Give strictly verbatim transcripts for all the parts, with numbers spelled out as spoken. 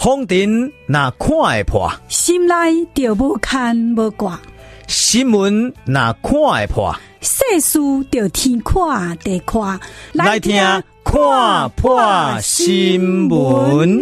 风尘若看会破， 心内就无牵无挂； 新闻若看会破， 世事就天看地看。 来听看破新闻。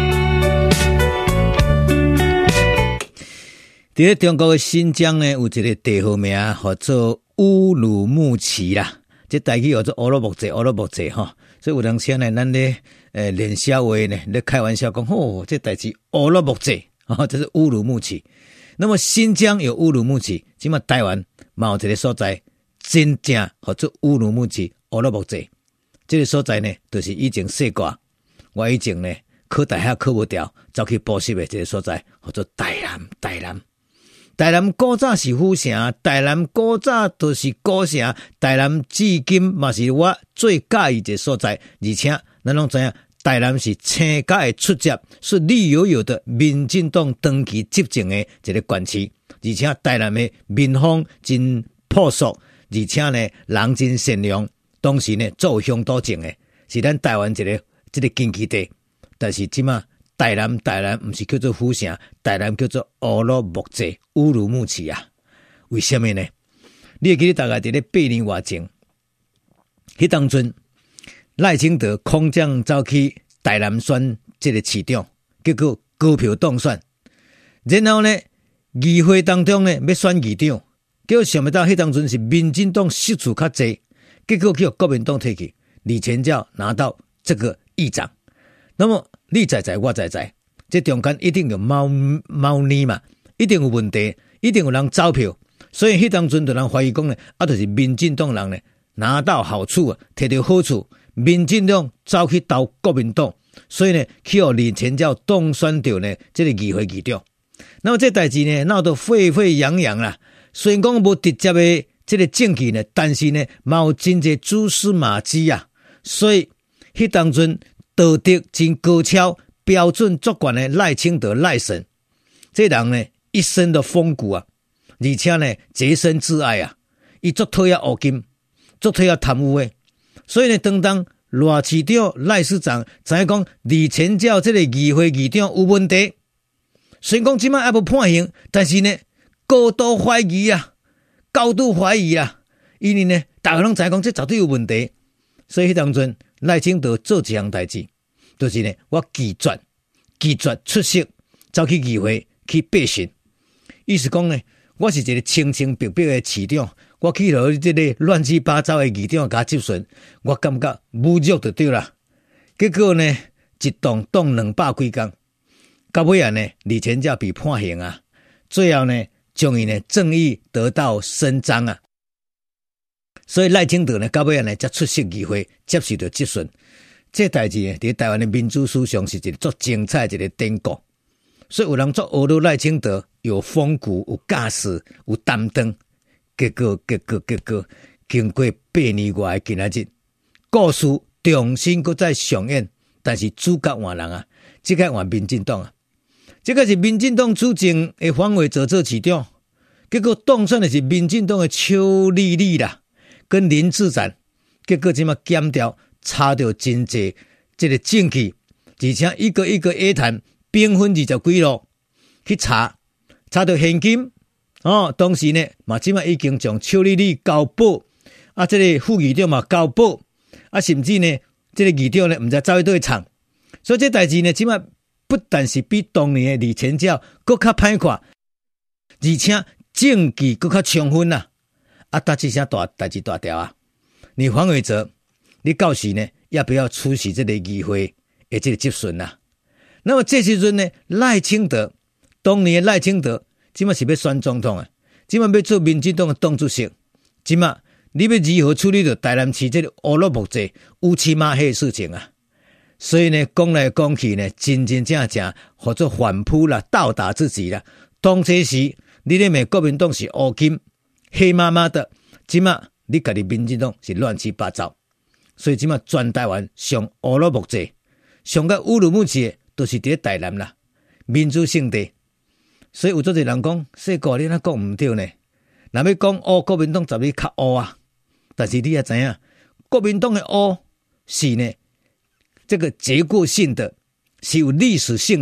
在中国的新疆呢，有一个地号名叫做乌鲁木齐啦，这台语叫做乌鲁木齐，乌鲁木齐哈。所以有当时呢，咱咧呃练笑话呢，咧开玩笑讲，哦，这代志乌鲁木齐啊，这是乌鲁木齐。那么新疆有乌鲁木齐，即嘛台湾嘛有一个所在，真正叫做乌鲁木齐乌鲁木齐。这个所在呢，就是以前说过，我以前呢考大学考不掉，走去补习的这个所在，叫做台南，台南。台南古早是府城，台南古早都是古城，台南至今嘛是我最喜欢的所在，而且咱拢知影，台南是青假的出接，是绿油油的民进党长期执政的一个县市，而且台南的民风真朴素，而且呢人真善良，当时呢做乡土情的，是咱台湾一个这个根基地，但是即马。台南，台南不是叫做府城，台南叫做乌鲁木齐，乌鲁木齐啊。为什么呢？你会记得大概在咧八年外前，迄当阵赖清德空降走去台南选这个市长，结果高票当选。然后呢，议会当中呢要选议长，结果想不到迄当阵是民进党失处较济，结果去国民党摕去，李全教拿到这个议长。那么你知知我知知，这中间一定有猫猫腻嘛，一定有问题，一定有人走票，所以迄当阵就人怀疑讲呢，啊，就是民进党人呢拿到好处啊，摕到好处，民进党走去投国民党，所以呢，去予李全教当选到呢这个议会议长。那么这代志呢闹得沸沸扬扬啦，虽然讲无直接的这个证据呢，但是呢，嘛有真侪蛛丝马迹啊，所以迄当阵。道德真高超、标准足悬的赖清德赖神，这人呢一身的风骨啊，而且呢洁身自爱啊，伊足讨厌乌金，足讨厌贪污的，所以呢，当当赖市长、赖市长知影讲李全教这个议会议长有问题，虽然讲即摆还无判刑，但是呢高度怀疑啊，高度怀疑啊，因为呢大家拢知影讲这绝对有问题，所以迄当阵。赖清德做一项代志，就是呢，我拒绝拒绝出席，走去议会去备询。意思讲呢，我是一个清清白白的市长，我去和这个乱七八糟的议长甲接顺，我感觉侮辱就对了。结果呢，一动动两百几工，到尾啊呢，李全教被判刑啊，最后呢，终于呢，正义得到伸张啊。所以赖清德呢，到尾呢才出席议会，接受到质询。这代志呢，在台湾的民主史上是一个足精彩的一个典故。所以有人做学到赖清德有风骨、有架势、有担当。结果，结果，结果，经过八年外的今仔日，故事重新搁再上演，但是主角换人啊，这个换民进党啊，这个是民进党主政的黄伟哲做市长，结果当选的是民进党的邱丽丽啦。跟林志展，结果这么检调查到真济这个证据，而且一个一个约谈，兵分二十几路去查，查到现金哦。当时呢，嘛这么已经将邱丽丽交保，啊，这个副议长嘛交保，啊，甚至呢，这个议长呢，唔知走去倒去藏，所以这代志呢，这么不但是比当年的李全教更较歹看，而且证据更较充分啦。啊，大这些大代志大条啊！你黄伟哲，你到时呢要不要出席这个议会的这个质询啊？那么这时阵呢，赖清德，当年的赖清德，今麦是要选总统啊，今麦要做民进党的党主席，今麦你要如何处理到台南市这个乌鲁木齐乌漆嘛黑的事情啊？所以呢，讲来讲去呢，真真正正或者反扑啦，倒打自己啦。当这时你咧骂国民党是乌金。黑麻麻的，今嘛你家己民进党是乱七八糟，所以今嘛全台湾上乌鲁木齐、上个乌鲁木齐都是伫台南啦，民主圣地。所以有做侪人讲，说过你那讲唔对呢。若要讲乌国民党十里较乌啊，但是你也知影，国民党的乌是呢这个结构性的，是有历史性的，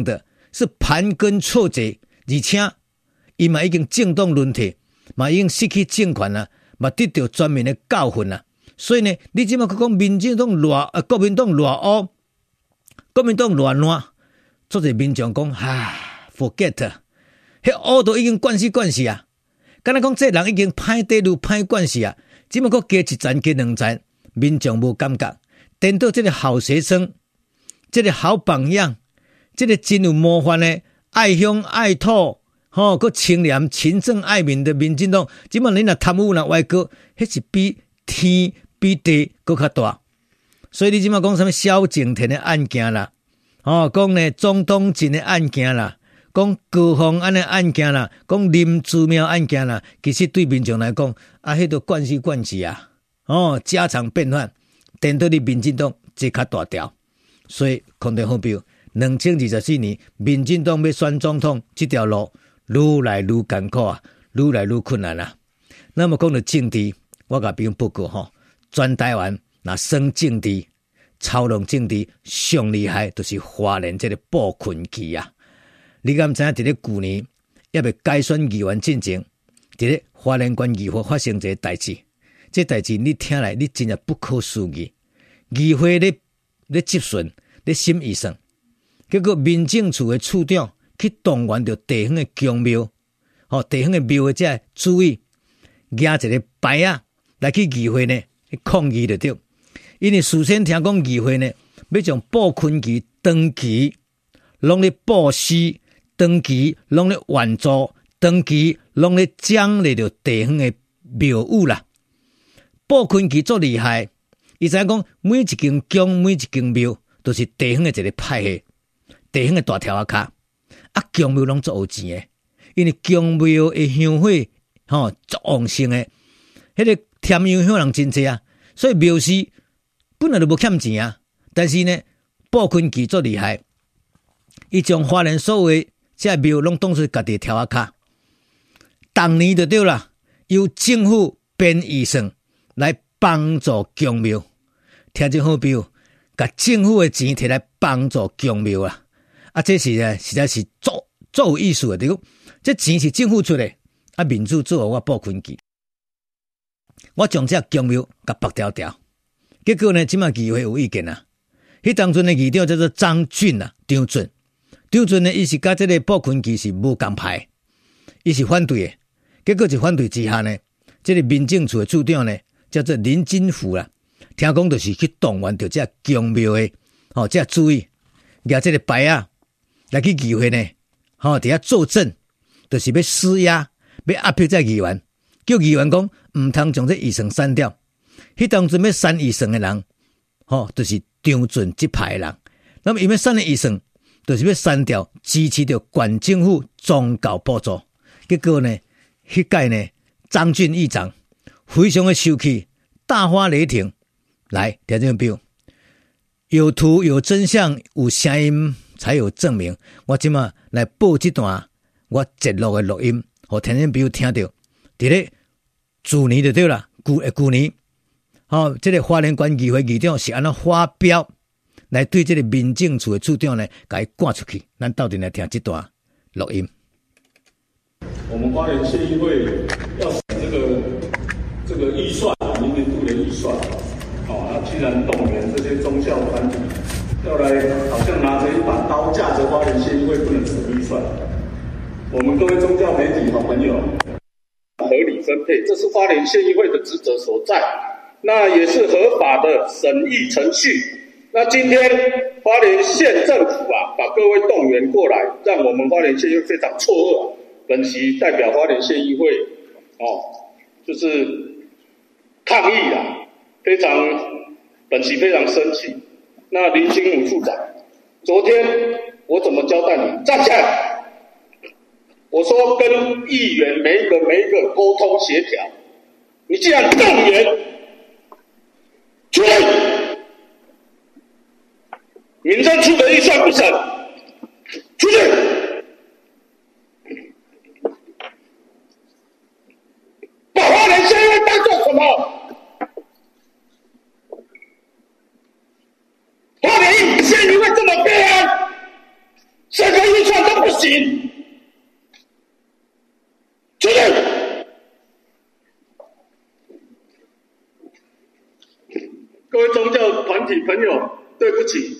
是盘根错节，而且伊嘛已经政党轮替，嘛已经失去政权啦，嘛得到全面的教训啦。所以呢，你即马讲民进党偌呃国民党偌乌，国民党偌烂，做者民众讲哈 forget， 迄乌都已经惯死惯死啊！敢若讲这人已经歹地路歹惯死啊！即马佫加一层加两层，民众无感觉。等到这个好学生，这个好榜样，这个真有模范的爱乡爱土，吼，佫清廉勤政爱民的民进党，即马你若贪污若歪歌，迄是比天比地佫较大。所以你即马讲什么萧敬腾的案件啦，哦，讲呢总统进的案件啦，讲高虹安的案件啦，讲林志妙案件啦，其实对民众来讲，啊，迄都惯死惯死啊，哦，家常便饭。等到你民进党这较大条，所以空头好标。两千二十四年，民进党要选总统这条路愈来愈艰苦啊，愈来愈困难啊。那么讲到政治，我甲朋友报告吼，全台湾那升政治、操弄政治上厉害，就是花莲这个布困期啊。你敢知影？伫咧去年也未改选议员进程，伫咧花莲县议会发生一个代志。这代志你听来，你真的不可思议。议会咧咧质询、咧审议上，结果民政处的处长去动员着地方的公庙，吼地方的庙的这注意，举一个牌啊来去议会呢抗议着对。因为事先听讲议会呢要将布困期长期拢咧布施，长期拢咧援助，长期拢咧奖励着地方的庙宇啦。布困期足厉害，伊知影讲每一间宫、每一间庙都是地方的一个派系，地方的大条啊卡，啊宫庙拢足有钱的，因为宫庙的香火吼足旺盛的，迄、那个添香香人真济啊，所以庙司本来就无欠钱啊，但是呢布困期足厉害，伊将花莲所有的这庙拢当作家己条啊卡，当年就对啦，由政府编预算。来帮助公庙，听众好朋友，甲政府的钱摕来帮助公庙啦，啊，这是呢实在是足足有意思的，对个，这钱是政府出的，啊，民主做我布困期，我将这公庙甲拔掉掉，结果呢，即马议会有意见啊，迄当阵的议长叫做张俊啊，张俊，张俊呢，伊是甲这个布困期是无共派，伊是反对的，结果是反对之下呢，这个民政处的处长呢。叫做林金福啦，听讲就是去动员着这公庙的，吼、哦，这注意，举这个牌啊，来去议会呢，吼、哦，伫遐作证，就是要施压，要压迫这议员，叫议员讲唔通将这预算删掉。迄当阵要删预算的人，吼、哦，就是张俊这派的人。那么因为删的预算，就是要删掉支持着县政府宗教补助。结果呢，迄届呢，张俊议长。非常的生气，大发雷霆。来，听众朋友，有图有真相，有声音才有证明。我今嘛来播这段我节录的录音，互听众朋友听到。伫咧去年就对啦，去去年，好、哦，这个花莲县议会议长是安怎发表来对这个民政处的处长呢，甲伊赶出去。咱到底来听这段录音。 我们花莲县议会要使这个。这个预算，明年度的预算，哦，那既然动员这些宗教团体要来，好像拿着一把刀架着花莲县议会不能省预算，我们各位宗教媒体好朋友，合理分配，这是花莲县议会的职责所在，那也是合法的审议程序。那今天花莲县政府啊，把各位动员过来，让我们花莲县议会非常错愕、啊。本席代表花莲县议会，哦，就是。抗议啊，非常，本席非常生气。那林金武处长，昨天我怎么交代你？站起来！我说跟议员每一个每一个沟通协调。你既然动员，出来！民政处的预算不审，出去！把花莲县议会当作什么？花莲县议会这么悲哀，审核预算心，就这样。各位宗教团体朋友，对不起，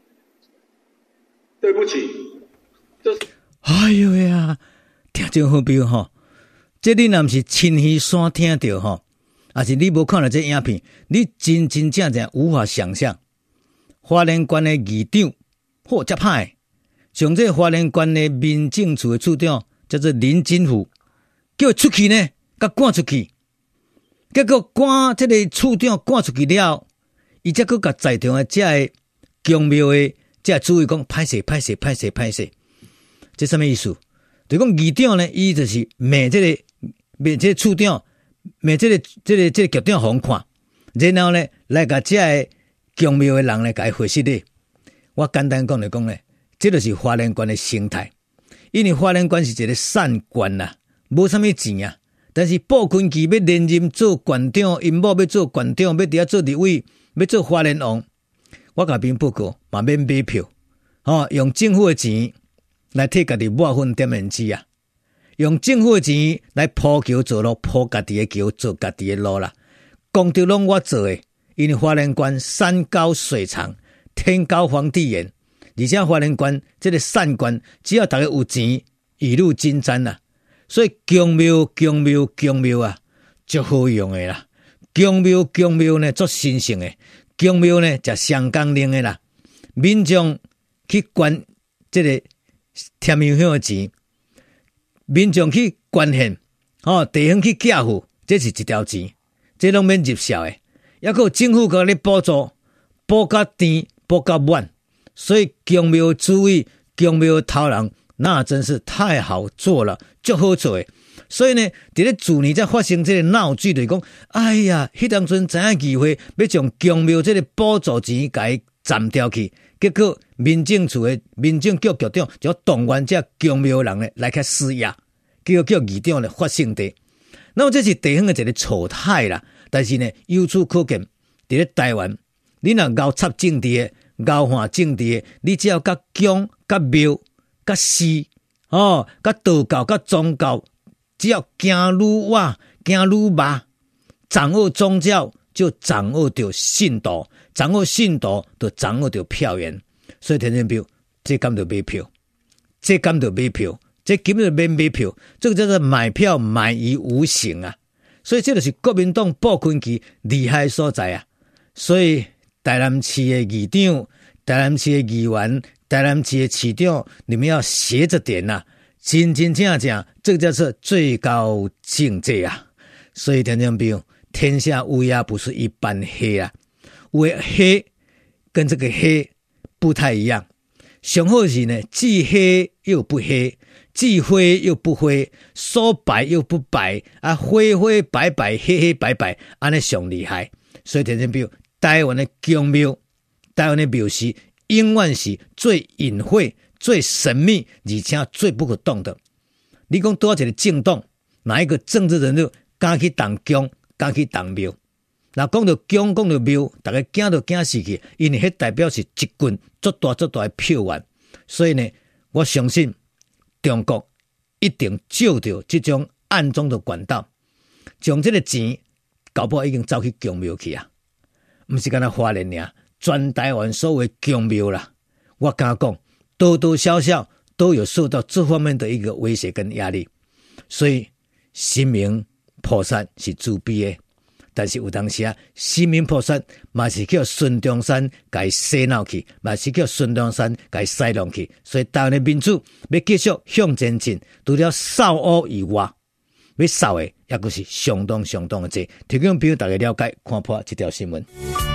对不起，这哎呦呀，听众好朋友吼，这你若不是亲耳所听到吼，还是你无看到这影片，你真真正正无法想象，花莲县的议长好遮歹，像这花莲县的民政处的处长叫做林金虎，叫他出去呢，甲赶出去，结果赶这个处长赶出去了。伊则佫甲在场诶，遮个宫庙诶，遮主意讲歹势歹势歹势歹势，这什么意思？就讲议长呢，伊就是骂这个骂这个处长，骂这个这个这个局长互看，然后呢来甲遮个宫庙诶人来甲伊回失礼。我简单讲来讲咧，这就是花莲县诶生态，因为花莲县是一个善县啦，无啥物钱啊，但是布坤基要连任做县长，因某要做县长，要伫遐做立委。要做花莲王，我甲兵报告嘛免买票，哦，用政府的钱来替家己抹粉点面子啊，用政府的钱来铺桥做路，铺家己的桥，做家己的路啦。功德拢我做的，因为花莲县山高水长，天高皇帝远，而且花莲县这个善县，只要大家有钱，一路金瞻啦。所以宫庙、宫庙、宫庙啊，足好用的啦。宫庙宫庙呢，足神圣诶。宫庙呢，才上纲领诶啦。民众去捐这个添油香诶钱，民众去捐献，哦，地方去寄付，这是一条钱，这拢免入销诶。抑个政府甲你补助，补甲甜，补甲满，所以宫庙主委、宫庙头人，那真是太好做了，足好做诶。所以呢，伫咧去年才发生这个闹剧，就是讲，哎呀，迄当阵知影议会要将宫庙这个补助钱甲伊暂掉去，结果民政处的民政局局长就动员这宫庙人呢来去施压，结果叫议长呢发生的。那么这是地方的一个丑态啦，但是呢，由此可见，伫咧台湾，你若咬插政治的、咬换政治的，你只要甲宫、甲庙、甲寺、哦、甲道教、甲宗教。只要行愈歪，行愈麻，掌握宗教就掌握到信徒，掌握信徒就掌握到票源。所以听众朋友，这敢就买票，这敢就买票，这根本就免买票，这个叫做买票买于无形啊！所以这就是国民党布困期厉害所在啊！所以台南市的议长、台南市的议员、台南市的市长，你们要学着点呐、啊！真真正正，这个叫做最高境界啊！所以听众朋友，天下乌鸦不是一般黑啊，为黑跟这个黑不太一样。上好是呢，既黑又不黑，既灰又不灰，说白又不白啊，灰灰白白，黑黑白白，安尼上厉害。所以听众朋友，台湾的宫庙，台湾的庙事，永远是最隐晦。最神秘，而且最不可动的。你讲多少一个政党，哪一个政治人物敢去当宫，敢去当庙？那讲到宫，讲到庙，大家惊都惊死去，因为迄代表是一群足大足大的票源。所以呢，我相信中国一定借着这种暗中的管道，将这个钱搞不好已经走去宫庙去啊！不是干那花莲尔，全台湾所谓宫庙啦，我敢讲。多多少少都有受到这方面的一个威胁跟压力，所以神明菩萨是自卑的，但是有当时啊，神明菩萨嘛是叫孙中山给洗脑去，嘛是叫孙中山给洗脑去，所以台湾的民主要继续向前进，除了扫恶以外，要扫的也就是相当相当的多。提供朋友大家了解看破这条新闻。